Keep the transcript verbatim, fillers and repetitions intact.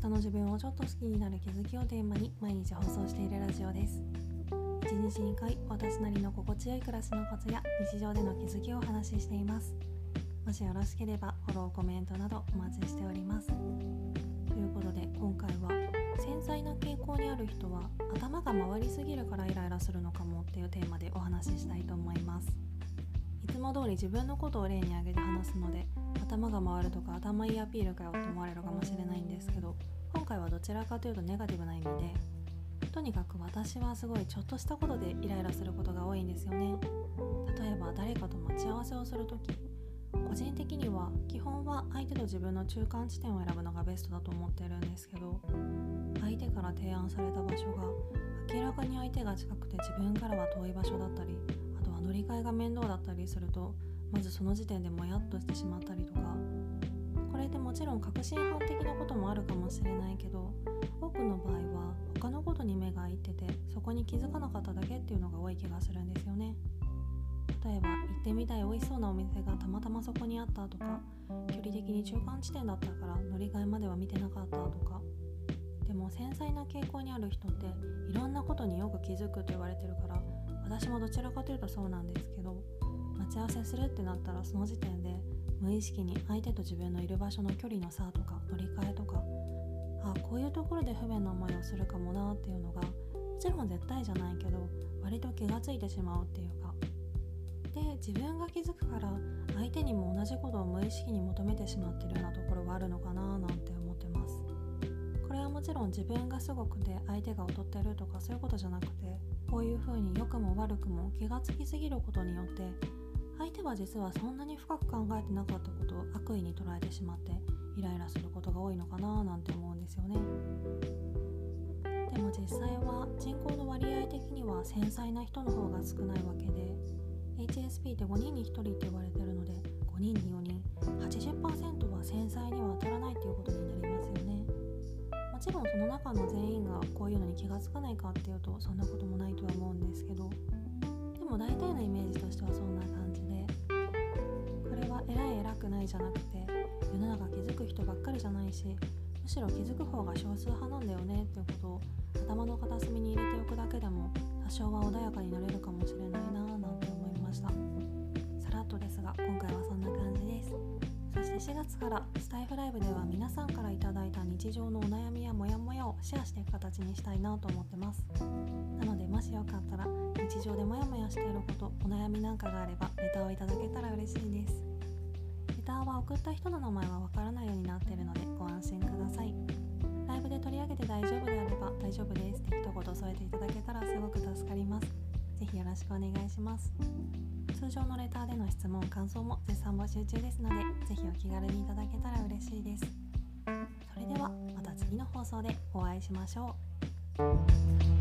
日の自分をちょっと好きになる気づきをテーマに毎日放送しているラジオです。いちにちにかい、私なりの心地よい暮らしのコツや日常での気づきをお話ししています。もしよろしければフォロー、コメントなどお待ちしております。ということで、今回は繊細な傾向にある人は頭が回りすぎるからイライラするのかもっていうテーマでお話ししたいと思います。いつも通り自分のことを例に挙げて話すので、頭が回るとか頭いいアピールかよと思われるかもしれないんですけど、今回はどちらかというとネガティブな意味で、とにかく私はすごいちょっとしたことでイライラすることが多いんですよね。例えば誰かと待ち合わせをするとき、個人的には基本は相手と自分の中間地点を選ぶのがベストだと思ってるんですけど、相手から提案された場所が明らかに相手が近くて自分からは遠い場所だったり、あとは乗り換えが面倒だったりすると、まずその時点でもやっとしてしまったりとか、これってもちろん確信犯的なこともあるかもしれないけど、多くの場合は他のことに目がいってて、そこに気づかなかっただけっていうのが多い気がするんですよね。例えば行ってみたい美味しそうなお店がたまたまそこにあったとか、距離的に中間地点だったから乗り換えまでは見てなかったとか。でも繊細な傾向にある人っていろんなことによく気づくと言われてるから、私もどちらかというとそうなんですけど、待ち合わせするってなったらその時点で無意識に相手と自分のいる場所の距離の差とか乗り換えとか、ああこういうところで不便な思いをするかもなっていうのが、もちろん絶対じゃないけど割と気がついてしまうっていうか、で自分が気づくから相手にも同じことを無意識に求めてしまっているようなところがあるのかななんて思ってます。これはもちろん自分がすごくて相手が劣ってるとかそういうことじゃなくて、こういうふうに良くも悪くも気がつきすぎることによって、相手は実はそんなに深く考えてなかったことを悪意に捉えてしまってイライラすることが多いのかななんて思うんですよね。でも実際は人口の割合的には繊細な人の方が少ないわけで、 エイチエスピー ってごにんにひとりって言われてるので、ごにんによにん はちじゅっパーセント は繊細には当たらないっていうことになりますよね。もちろんその中の全員がこういうのに気がつかないかっていうと、そんなこともないとは思うんですけど、でも大体のイメージとしてはそんな感じで、これは偉い偉くないじゃなくて、世の中気づく人ばっかりじゃないし、むしろ気づく方が少数派なんだよねっていうことを頭の片隅に入れておくだけでも、多少は穏やかになれるかもしれないなぁなんて思いました。さらっとですが今回はそんな感じです。そしてしがつからスタイフライブでは皆さんからいただいた日常のお悩みやモヤモヤをシェアしていく形にしたいなと思ってます。なのでもしよかったら日常でモヤモヤしていること、お悩みなんかがあればレターをいただけたら嬉しいです。レターは送った人の名前はわからないようになっているのでご安心ください。ライブで取り上げて大丈夫であれば大丈夫ですって一言添えていただけたらすごく助かります。ぜひよろしくお願いします。通常のレターでの質問・感想も絶賛募集中ですので、ぜひお気軽にいただけたら嬉しいです。それではまた次の放送でお会いしましょう。